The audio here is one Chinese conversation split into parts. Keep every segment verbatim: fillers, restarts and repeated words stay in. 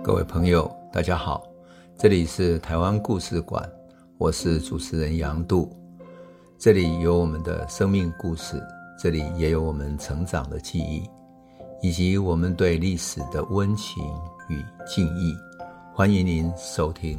各位朋友大家好，这里是台湾故事馆，我是主持人杨度。这里有我们的生命故事，这里也有我们成长的记忆，以及我们对历史的温情与敬意。欢迎您收听。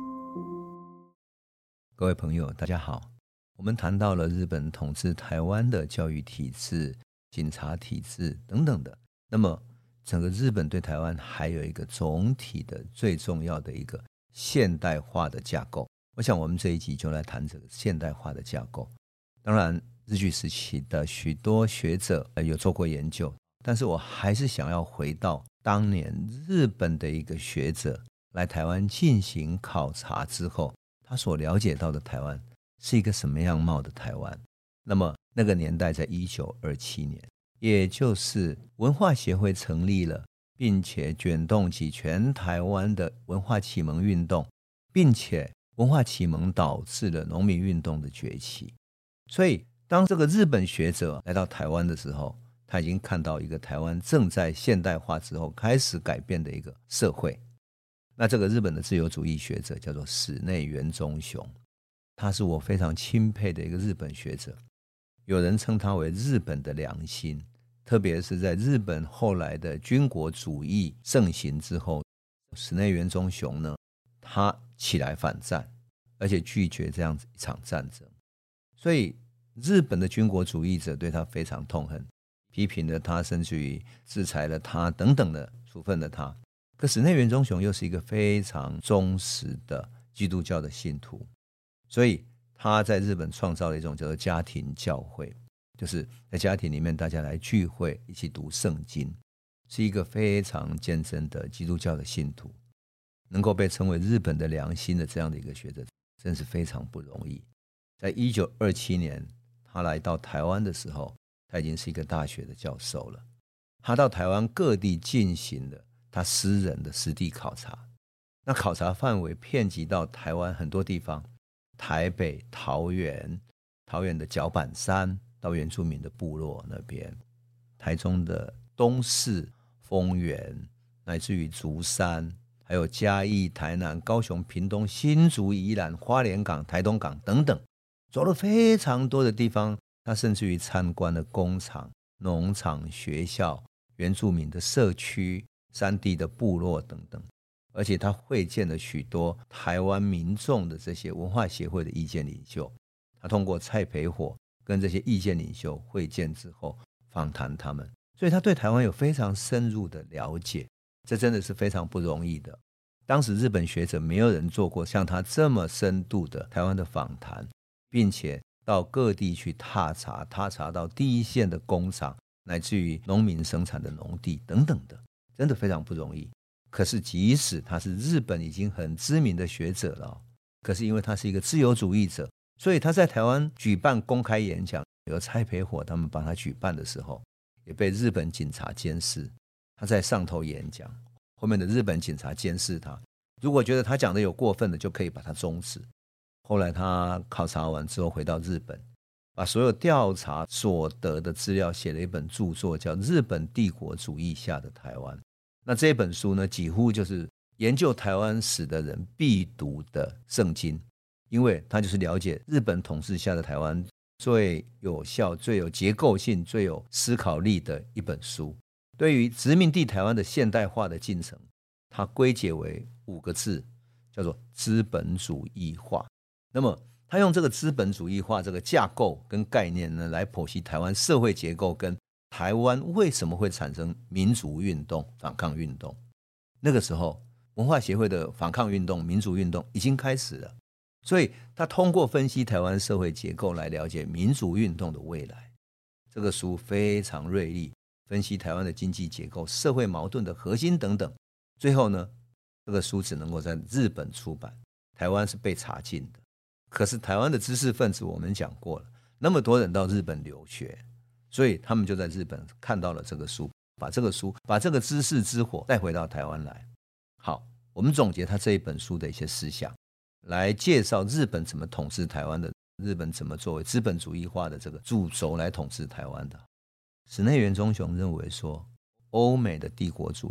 各位朋友大家好，我们谈到了日本统治台湾的教育体制、警察体制等等的，那么整个日本对台湾还有一个总体的最重要的一个现代化的架构。我想我们这一集就来谈这个现代化的架构。当然日据时期的许多学者有做过研究，但是我还是想要回到当年日本的一个学者来台湾进行考察之后，他所了解到的台湾是一个什么样貌的台湾。那么那个年代在一九二七年，也就是文化协会成立了，并且卷动起全台湾的文化启蒙运动，并且文化启蒙导致了农民运动的崛起。所以当这个日本学者来到台湾的时候，他已经看到一个台湾正在现代化之后开始改变的一个社会。那这个日本的自由主义学者叫做室内元忠雄，他是我非常钦佩的一个日本学者，有人称他为日本的良心。特别是在日本后来的军国主义盛行之后，室内元忠雄呢，他起来反战，而且拒绝这样子一场战争。所以日本的军国主义者对他非常痛恨，批评了他，甚至于制裁了他等等的，处分了他。可室内元忠雄又是一个非常忠实的基督教的信徒，所以他在日本创造了一种叫做家庭教会，就是在家庭里面大家来聚会，一起读圣经，是一个非常虔诚的基督教的信徒。能够被称为日本的良心的这样的一个学者，真是非常不容易。在一九二七年他来到台湾的时候，他已经是一个大学的教授了。他到台湾各地进行了他私人的实地考察，那考察范围遍及到台湾很多地方，台北、桃园、桃园的角板山到原住民的部落那边，台中的东势、丰原，乃至于竹山，还有嘉义、台南、高雄、屏东、新竹、宜兰、花莲港、台东港等等，走了非常多的地方。他甚至于参观了工厂、农场、学校、原住民的社区、山地的部落等等，而且他会见了许多台湾民众的这些文化协会的意见领袖。他通过蔡培火跟这些意见领袖会见之后访谈他们，所以他对台湾有非常深入的了解，这真的是非常不容易的。当时日本学者没有人做过像他这么深度的台湾的访谈，并且到各地去踏查，踏查到第一线的工厂，乃至于农民生产的农地等等的，真的非常不容易。可是即使他是日本已经很知名的学者了，可是因为他是一个自由主义者，所以他在台湾举办公开演讲，由蔡培火他们帮他举办的时候，也被日本警察监视。他在上头演讲，后面的日本警察监视他，如果觉得他讲的有过分的，就可以把他终止。后来他考察完之后回到日本，把所有调查所得的资料写了一本著作，叫《日本帝国主义下的台湾》。那这本书呢，几乎就是研究台湾史的人必读的圣经，因为它就是了解日本统治下的台湾最有效、最有结构性、最有思考力的一本书。对于殖民地台湾的现代化的进程，它归结为五个字，叫做资本主义化。那么他用这个资本主义化这个架构跟概念呢，来剖析台湾社会结构跟台湾为什么会产生民族运动、反抗运动。那个时候文化协会的反抗运动、民族运动已经开始了，所以他通过分析台湾社会结构来了解民族运动的未来。这个书非常锐利，分析台湾的经济结构、社会矛盾的核心等等。最后呢，这个书只能够在日本出版，台湾是被查禁的。可是台湾的知识分子我们讲过了，那么多人到日本留学，所以他们就在日本看到了这个书，把这个书把这个知识之火带回到台湾来。好，我们总结他这一本书的一些思想，来介绍日本怎么统治台湾的，日本怎么作为资本主义化的这个主轴来统治台湾的。室内元忠雄认为说，欧美的帝国主义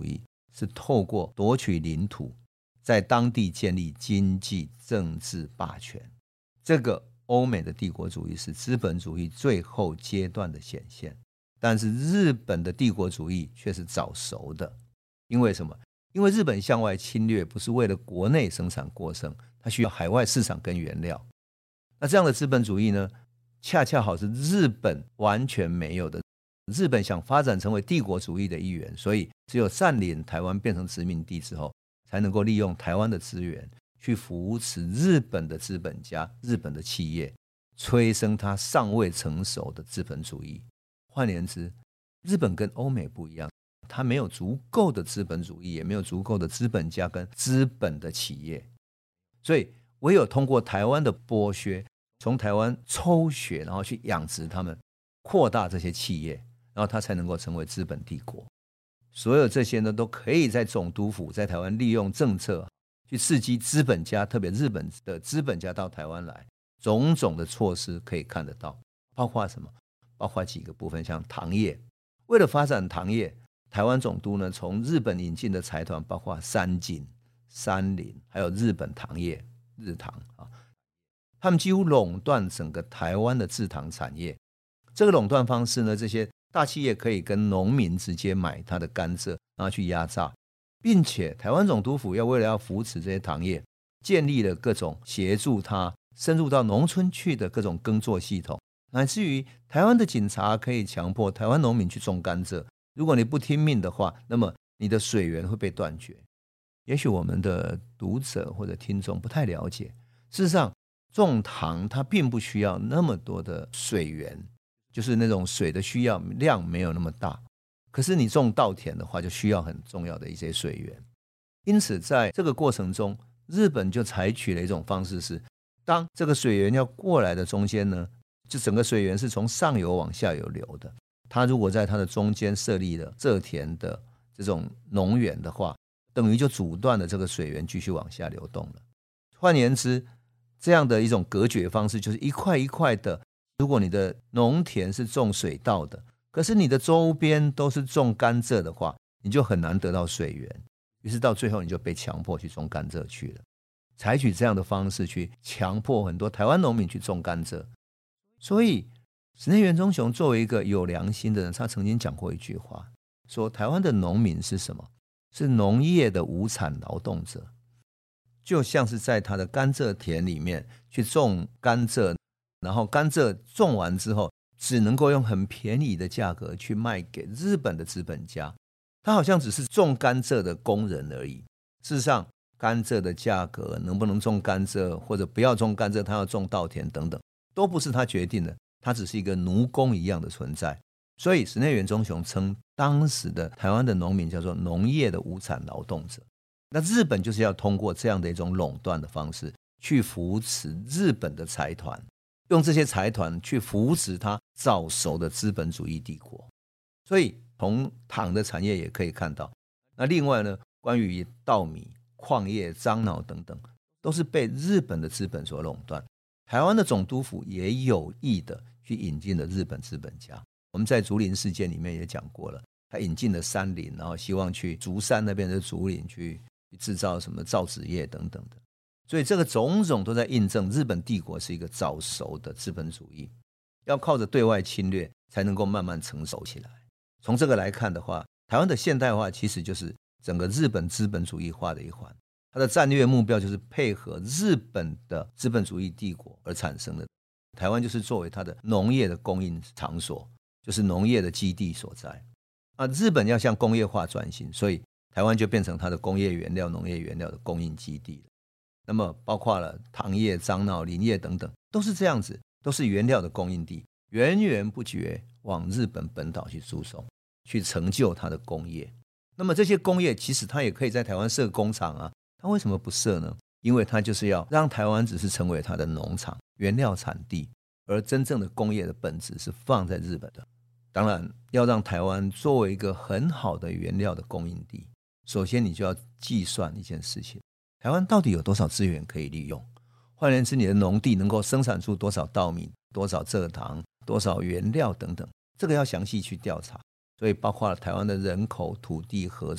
是透过夺取领土，在当地建立经济政治霸权。这个欧美的帝国主义是资本主义最后阶段的显现，但是日本的帝国主义却是早熟的。因为什么？因为日本向外侵略不是为了国内生产过剩，它需要海外市场跟原料。那这样的资本主义呢，恰恰好是日本完全没有的。日本想发展成为帝国主义的一员，所以只有占领台湾变成殖民地之后，才能够利用台湾的资源去扶持日本的资本家、日本的企业，催生它尚未成熟的资本主义。换言之，日本跟欧美不一样，它没有足够的资本主义，也没有足够的资本家跟资本的企业，所以唯有通过台湾的剥削，从台湾抽血，然后去养殖他们，扩大这些企业，然后它才能够成为资本帝国。所有这些呢，都可以在总督府在台湾利用政策去刺激资本家，特别日本的资本家到台湾来，种种的措施可以看得到。包括什么？包括几个部分，像糖业。为了发展糖业，台湾总督呢从日本引进的财团包括三井、三菱，还有日本糖业日糖啊，他们几乎垄断整个台湾的制糖产业。这个垄断方式呢，这些大企业可以跟农民直接买他的甘蔗，然后去压榨，并且台湾总督府要为了要扶持这些糖业，建立了各种协助他深入到农村去的各种耕作系统，乃至于台湾的警察可以强迫台湾农民去种甘蔗，如果你不听命的话，那么你的水源会被断绝。也许我们的读者或者听众不太了解，事实上种糖它并不需要那么多的水源，就是那种水的需要量没有那么大，可是你种稻田的话就需要很重要的一些水源。因此在这个过程中，日本就采取了一种方式，是当这个水源要过来的中间呢，就整个水源是从上游往下游流的，它如果在它的中间设立了蔗田的这种农园的话，等于就阻断了这个水源继续往下流动了。换言之，这样的一种隔绝方式就是一块一块的，如果你的农田是种水稻的，可是你的周边都是种甘蔗的话，你就很难得到水源，于是到最后你就被强迫去种甘蔗去了。采取这样的方式去强迫很多台湾农民去种甘蔗。所以室内元忠雄作为一个有良心的人，他曾经讲过一句话，说台湾的农民是什么？是农业的无产劳动者，就像是在他的甘蔗田里面去种甘蔗，然后甘蔗种完之后只能够用很便宜的价格去卖给日本的资本家，他好像只是种甘蔗的工人而已。事实上甘蔗的价格，能不能种甘蔗或者不要种甘蔗，他要种稻田等等，都不是他决定的，他只是一个奴工一样的存在。所以室内元忠雄称当时的台湾的农民叫做农业的无产劳动者。那日本就是要通过这样的一种垄断的方式去扶持日本的财团，用这些财团去扶持他早熟的资本主义帝国。所以从糖的产业也可以看到，那另外呢，关于稻米、矿业、樟脑等等，都是被日本的资本所垄断。台湾的总督府也有意的去引进了日本资本家。我们在竹林事件里面也讲过了，他引进了山林，然后希望去竹山那边的竹林去制造什么造纸业等等的。所以这个种种都在印证日本帝国是一个早熟的资本主义，要靠着对外侵略才能够慢慢成熟起来。从这个来看的话，台湾的现代化其实就是整个日本资本主义化的一环，它的战略目标就是配合日本的资本主义帝国而产生的。台湾就是作为它的农业的供应场所，就是农业的基地所在。啊，日本要向工业化转型，所以台湾就变成它的工业原料、农业原料的供应基地了。那么包括了糖业、樟脑、林业等等，都是这样子，都是原料的供应地，源源不绝往日本本岛去输送，去成就它的工业。那么这些工业其实它也可以在台湾设工厂啊，它为什么不设呢？因为它就是要让台湾只是成为它的农场、原料产地，而真正的工业的本质是放在日本的。当然要让台湾作为一个很好的原料的供应地，首先你就要计算一件事情，台湾到底有多少资源可以利用。换言之，你的农地能够生产出多少稻米、多少蔗糖、多少原料等等，这个要详细去调查。所以包括了台湾的人口、土地、河川，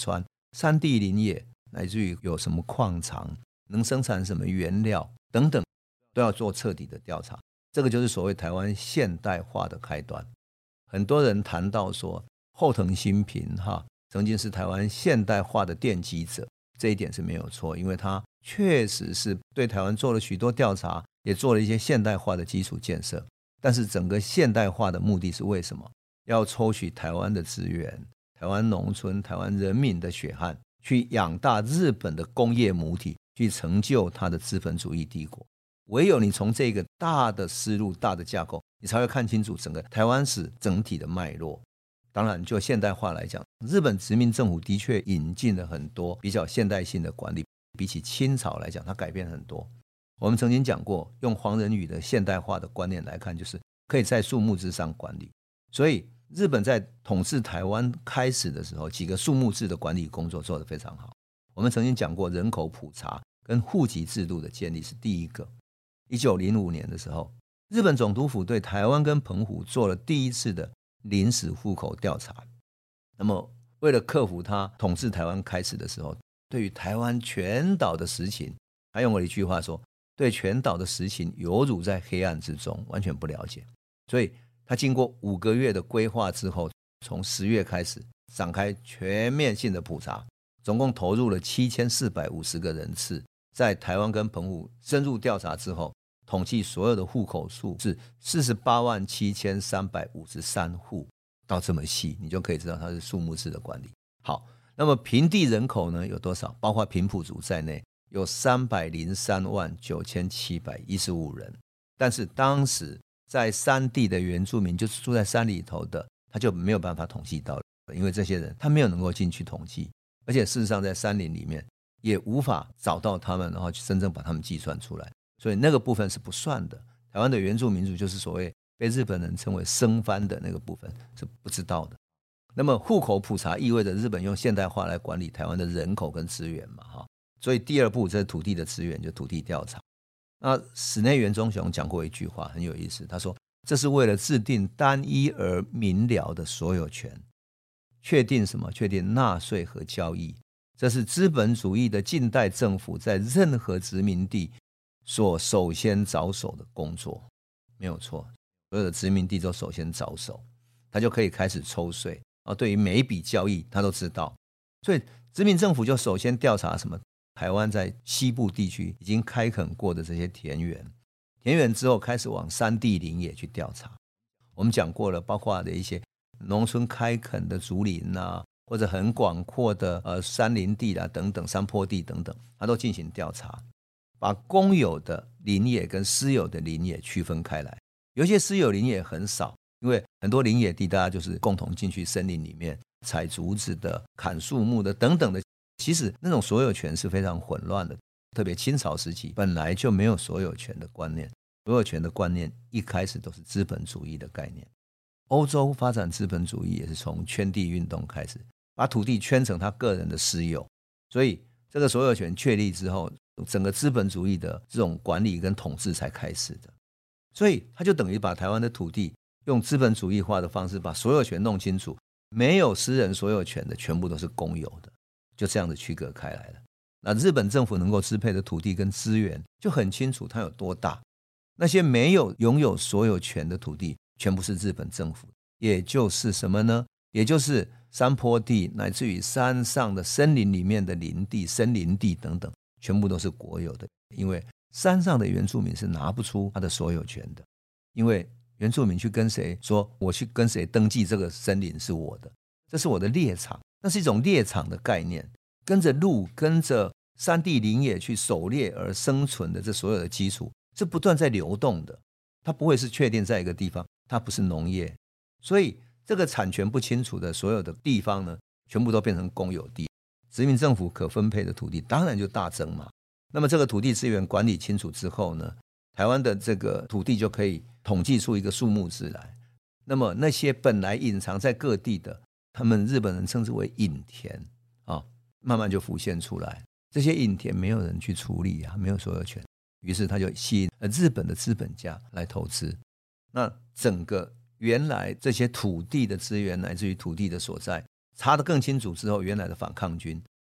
山地林野，乃至于有什么矿藏，能生产什么原料等等，都要做彻底的调查。这个就是所谓台湾现代化的开端。很多人谈到说后藤新平哈曾经是台湾现代化的奠基者，这一点是没有错，因为他确实是对台湾做了许多调查，也做了一些现代化的基础建设。但是整个现代化的目的是为什么？要抽取台湾的资源，台湾农村，台湾人民的血汗，去养大日本的工业母体，去成就它的资本主义帝国。唯有你从这个大的思路、大的架构，你才会看清楚整个台湾史整体的脉络。当然就现代化来讲，日本殖民政府的确引进了很多比较现代性的管理，比起清朝来讲它改变很多。我们曾经讲过，用黄仁宇的现代化的观念来看，就是可以在树木制上管理。所以日本在统治台湾开始的时候，几个树木制的管理工作做得非常好。我们曾经讲过人口普查跟户籍制度的建立是第一个。一九零五年的时候，日本总督府对台湾跟澎湖做了第一次的临时户口调查。那么为了克服他统治台湾开始的时候，对于台湾全岛的实情，他用了一句话说，对全岛的实情犹如在黑暗之中，完全不了解。所以他经过五个月的规划之后，从十月开始展开全面性的普查，总共投入了七千四百五十个人次，在台湾跟澎湖深入调查之后，统计所有的户口数是四十八万七千三百五十三户。到这么细，你就可以知道它是树木制的管理。好，那么平地人口呢有多少？包括平埔族在内，有三百零三万九千七百一十五人。但是当时在山地的原住民，就是住在山里头的，他就没有办法统计到了，因为这些人他没有能够进去统计，而且事实上在山林里面也无法找到他们，然后去真正把他们计算出来，所以那个部分是不算的。台湾的原住民族就是所谓被日本人称为生番的那个部分是不知道的。那么户口普查意味着日本用现代化来管理台湾的人口跟资源嘛，所以第二步这是土地的资源，就土地调查。那室内元忠雄讲过一句话很有意思，他说这是为了制定单一而明了的所有权，确定什么？确定纳税和交易。这是资本主义的近代政府在任何殖民地所首先着手的工作，没有错。所有的殖民地都首先着手，他就可以开始抽税，然后对于每一笔交易他都知道。所以殖民政府就首先调查什么？台湾在西部地区已经开垦过的这些田园，田园之后开始往山地林野去调查。我们讲过了，包括的一些农村开垦的竹林啊，或者很广阔的呃山林地啊等等，山坡地等等，他都进行调查，把公有的林野跟私有的林野区分开来。有些私有林野很少，因为很多林野地大家就是共同进去森林里面采竹子的、砍树木的等等的。其实那种所有权是非常混乱的，特别清朝时期本来就没有所有权的观念，所有权的观念一开始都是资本主义的概念。欧洲发展资本主义也是从圈地运动开始，把土地圈成他个人的私有，所以这个所有权确立之后，整个资本主义的这种管理跟统治才开始的。所以他就等于把台湾的土地用资本主义化的方式把所有权弄清楚，没有私人所有权的全部都是公有的，就这样子区隔开来了。那日本政府能够支配的土地跟资源就很清楚它有多大，那些没有拥有所有权的土地全部是日本政府，也就是什么呢？也就是山坡地乃至于山上的森林里面的林地、森林地等等，全部都是国有的。因为山上的原住民是拿不出他的所有权的，因为原住民去跟谁说我去跟谁登记这个森林是我的，这是我的猎场，那是一种猎场的概念，跟着鹿跟着山地林野去狩猎而生存的这所有的基础是不断在流动的，它不会是确定在一个地方，它不是农业。所以这个产权不清楚的所有的地方呢，全部都变成公有地，殖民政府可分配的土地当然就大增嘛。那么这个土地资源管理清楚之后呢，台湾的这个土地就可以统计出一个数目字来。那么那些本来隐藏在各地的，他们日本人称之为隐田啊，慢慢就浮现出来。这些隐田没有人去处理啊，没有所有权，于是他就吸引日本的资本家来投资。那整个原来这些土地的资源乃至于土地的所在查得更清楚之后，原来的反抗军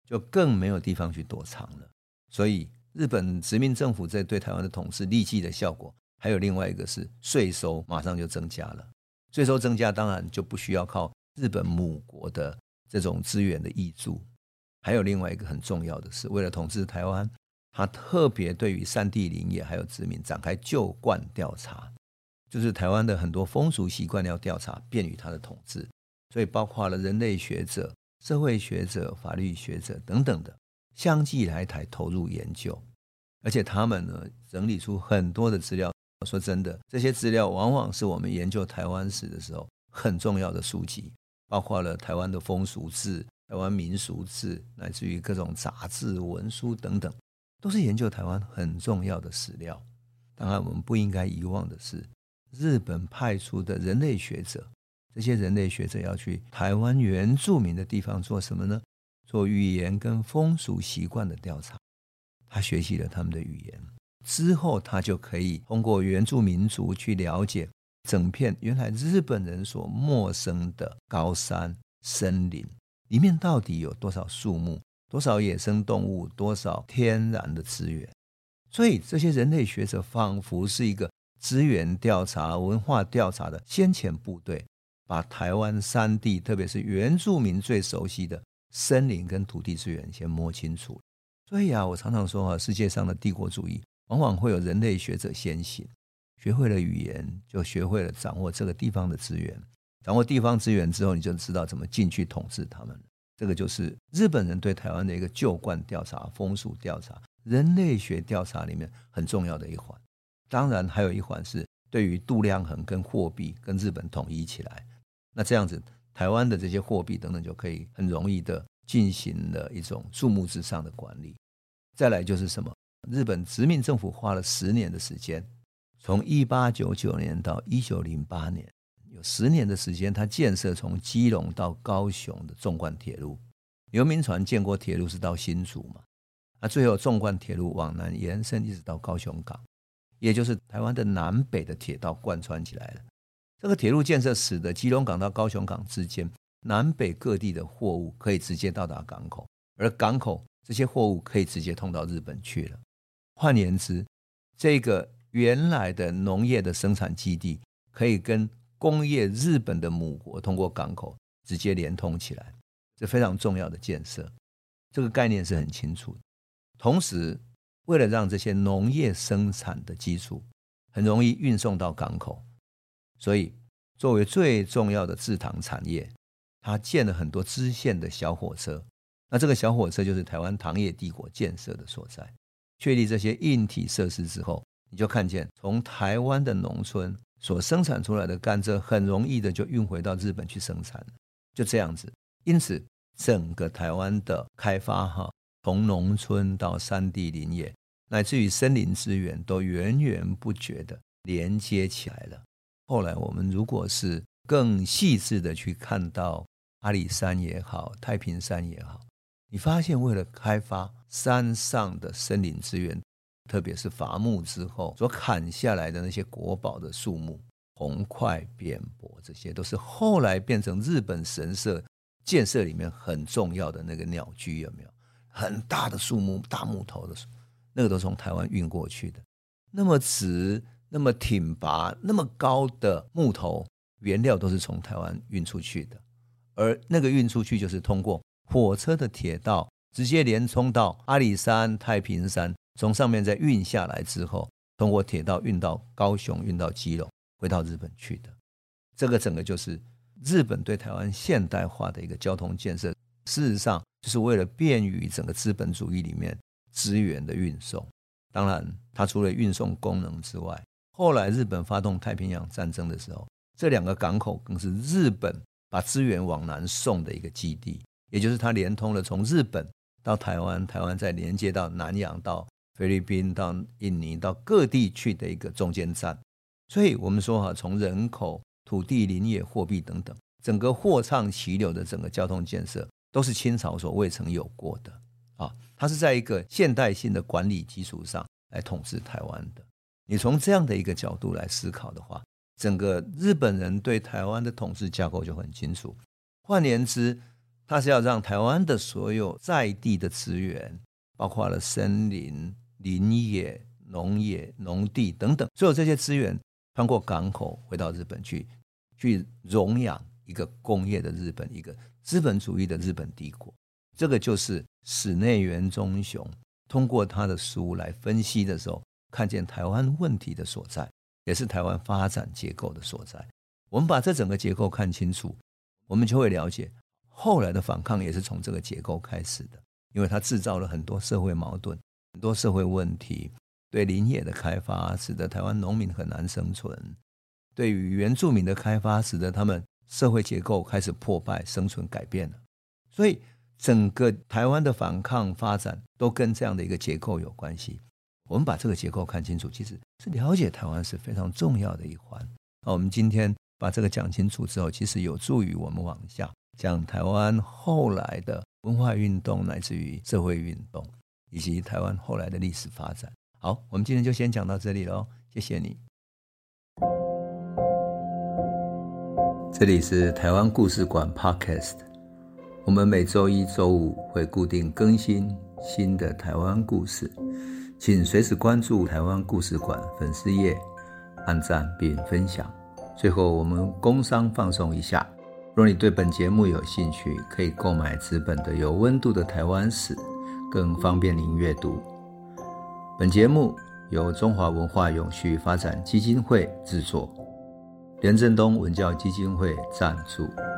就更没有地方去躲藏了。所以日本殖民政府在对台湾的统治立即的效果，还有另外一个是税收马上就增加了。税收增加当然就不需要靠日本母国的这种资源的挹注。还有另外一个很重要的是，为了统治台湾，他特别对于山地林业还有殖民展开旧惯调查，就是台湾的很多风俗习惯要调查，便于他的统治。所以包括了人类学者、社会学者、法律学者等等的相继来台投入研究。而且他们呢整理出很多的资料，说真的，这些资料往往是我们研究台湾史的时候很重要的书籍，包括了台湾的风俗志、台湾民俗志，乃至于各种杂志文书等等，都是研究台湾很重要的史料。当然我们不应该遗忘的是，日本派出的人类学者，这些人类学者要去台湾原住民的地方做什么呢？做语言跟风俗习惯的调查。他学习了他们的语言之后，他就可以通过原住民族去了解整片原来日本人所陌生的高山森林里面到底有多少树木，多少野生动物，多少天然的资源。所以这些人类学者仿佛是一个资源调查、文化调查的先遣部队，把台湾山地特别是原住民最熟悉的森林跟土地资源先摸清楚。所以啊，我常常说啊，世界上的帝国主义往往会有人类学者先行，学会了语言就学会了掌握这个地方的资源，掌握地方资源之后，你就知道怎么进去统治他们。这个就是日本人对台湾的一个旧惯调查、风俗调查、人类学调查里面很重要的一环。当然还有一环是对于度量衡跟货币跟日本统一起来，那这样子台湾的这些货币等等就可以很容易的进行了一种数目之上的管理。再来就是什么？日本殖民政府花了十年的时间，从一八九九年到一九零八年，有十年的时间，他建设从基隆到高雄的纵贯铁路。刘铭传建过铁路是到新竹嘛？那最后纵贯铁路往南延伸一直到高雄港，也就是台湾的南北的铁道贯穿起来了。这个铁路建设使得基隆港到高雄港之间南北各地的货物可以直接到达港口，而港口这些货物可以直接通到日本去了。换言之，这个原来的农业的生产基地可以跟工业日本的母国通过港口直接连通起来，这非常重要的建设。这个概念是很清楚的。同时为了让这些农业生产的基础很容易运送到港口，所以作为最重要的制糖产业，它建了很多支线的小火车。那这个小火车就是台湾糖业帝国建设的所在。确立这些硬体设施之后，你就看见从台湾的农村所生产出来的甘蔗很容易的就运回到日本去生产了，就这样子。因此整个台湾的开发哈，从农村到山地林业乃至于森林资源都源源不绝的连接起来了。后来我们如果是更细致的去看到阿里山也好，太平山也好，你发现为了开发山上的森林资源，特别是伐木之后所砍下来的那些国宝的树木，红桧、扁柏，这些都是后来变成日本神社建设里面很重要的那个鸟居，有没有？很大的树木，大木头的树，那个都从台湾运过去的。那么直、那么挺拔、那么高的木头原料都是从台湾运出去的，而那个运出去就是通过火车的铁道直接连通到阿里山、太平山，从上面再运下来之后，通过铁道运到高雄，运到基隆，回到日本去的。这个整个就是日本对台湾现代化的一个交通建设，事实上就是为了便于整个资本主义里面资源的运送。当然它除了运送功能之外，后来日本发动太平洋战争的时候，这两个港口更是日本把资源往南送的一个基地，也就是它连通了从日本到台湾，台湾再连接到南洋，到菲律宾，到印尼，到各地去的一个中间站。所以我们说哈，从人口、土地、林业、货币等等，整个货畅其流的整个交通建设都是清朝所未曾有过的啊！它是在一个现代性的管理基础上来统治台湾的。你从这样的一个角度来思考的话，整个日本人对台湾的统治架构就很清楚。换言之， 它是要让台湾的所有在地的资源，包括了森林、林业、农业、农地等等，所有这些资源穿过港口回到日本去，去容养一个工业的日本，一个资本主义的日本帝国。这个就是室内元忠雄通过他的书来分析的时候，看见台湾问题的所在，也是台湾发展结构的所在。我们把这整个结构看清楚，我们就会了解后来的反抗也是从这个结构开始的，因为它制造了很多社会矛盾，很多社会问题，对林业的开发使得台湾农民很难生存，对于原住民的开发使得他们社会结构开始破败，生存改变了。所以整个台湾的反抗发展都跟这样的一个结构有关系。我们把这个结构看清楚，其实是了解台湾是非常重要的一环。那我们今天把这个讲清楚之后，其实有助于我们往下讲台湾后来的文化运动，乃至于社会运动，以及台湾后来的历史发展。好，我们今天就先讲到这里咯，谢谢你。这里是台湾故事馆 Podcast， 我们每周一周五会固定更新新的台湾故事，请随时关注台湾故事馆粉丝页，按赞并分享。最后我们工商放送一下，若你对本节目有兴趣，可以购买纸本的有温度的台湾史，更方便您阅读。本节目由中华文化永续发展基金会制作，连震东文教基金会赞助。